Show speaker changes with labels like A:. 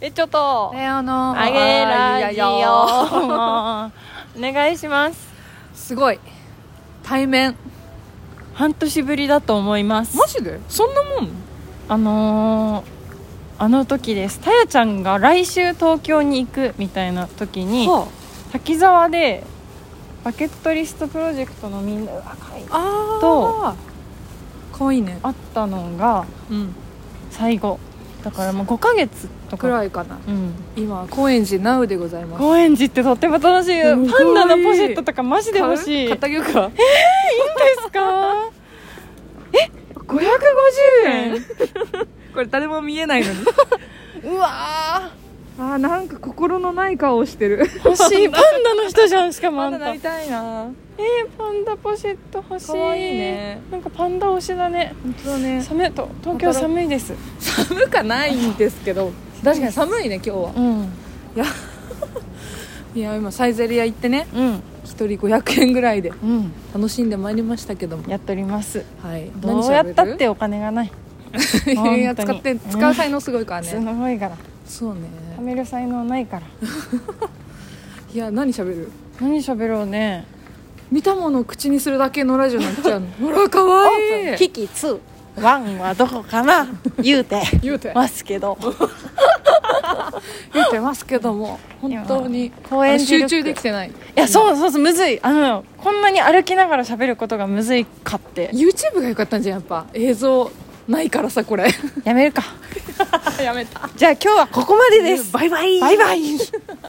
A: ちょっと
B: レオの
A: あげラジオお願いします。
B: すごい対面
A: 半年ぶりだと思います。
B: マジでそんなもん？
A: あの時です。たやちゃんが来週東京に行くみたいな時に、
B: は
A: 滝沢でバケットリストプロジェクトのみんなが
B: あかわいいね。
A: あったのが
B: うん
A: 最後だからもう5ヶ月とか
B: くらいかな。
A: うん、
B: 今高円寺ナウでございます。
A: 高円寺ってとっても楽しい。
B: すごい
A: パンダのポシェットとかマジで欲しい。
B: 買ってあげようか。
A: いいんですか550円
B: これ誰も見えないのに
A: うわ
B: なんか心のない顔してる。
A: ー欲しい。パンダの人じゃん。しかもあんた
B: なりたいな。
A: パンダポシェット欲しい。
B: かわいいね。
A: なんかパンダ推しだね。
B: 本当だね。
A: 寒いと東京寒いです。
B: 寒かないんですけど確かに寒いね今日は。
A: うん
B: いや今サイゼリヤ行ってね
A: うん
B: 1人500円ぐらいで
A: うん
B: 楽しんでまいりましたけども、
A: やっております。
B: はい、
A: どうやったってお金がない。
B: いや使う才能すごいから
A: す
B: ね。
A: ごいから
B: そうね。
A: 貯める才能ないから。
B: いや何喋る？
A: 何喋ろうね。
B: 見たものを口にするだけのラジオになっちゃうの。ほらかわいい。
A: キキ2ワンはどこかな言うて
B: 言うて
A: ますけど
B: 言ってますけども本当に
A: 公園
B: 集中できてない。
A: いやそうむずい。こんなに歩きながら喋ることがむずいかって。
B: YouTube が良かったんじゃん。やっぱ映像ないからさこれ
A: やめるか
B: やめた。
A: じゃあ今日はここまでです。
B: バイバイ
A: バイバイ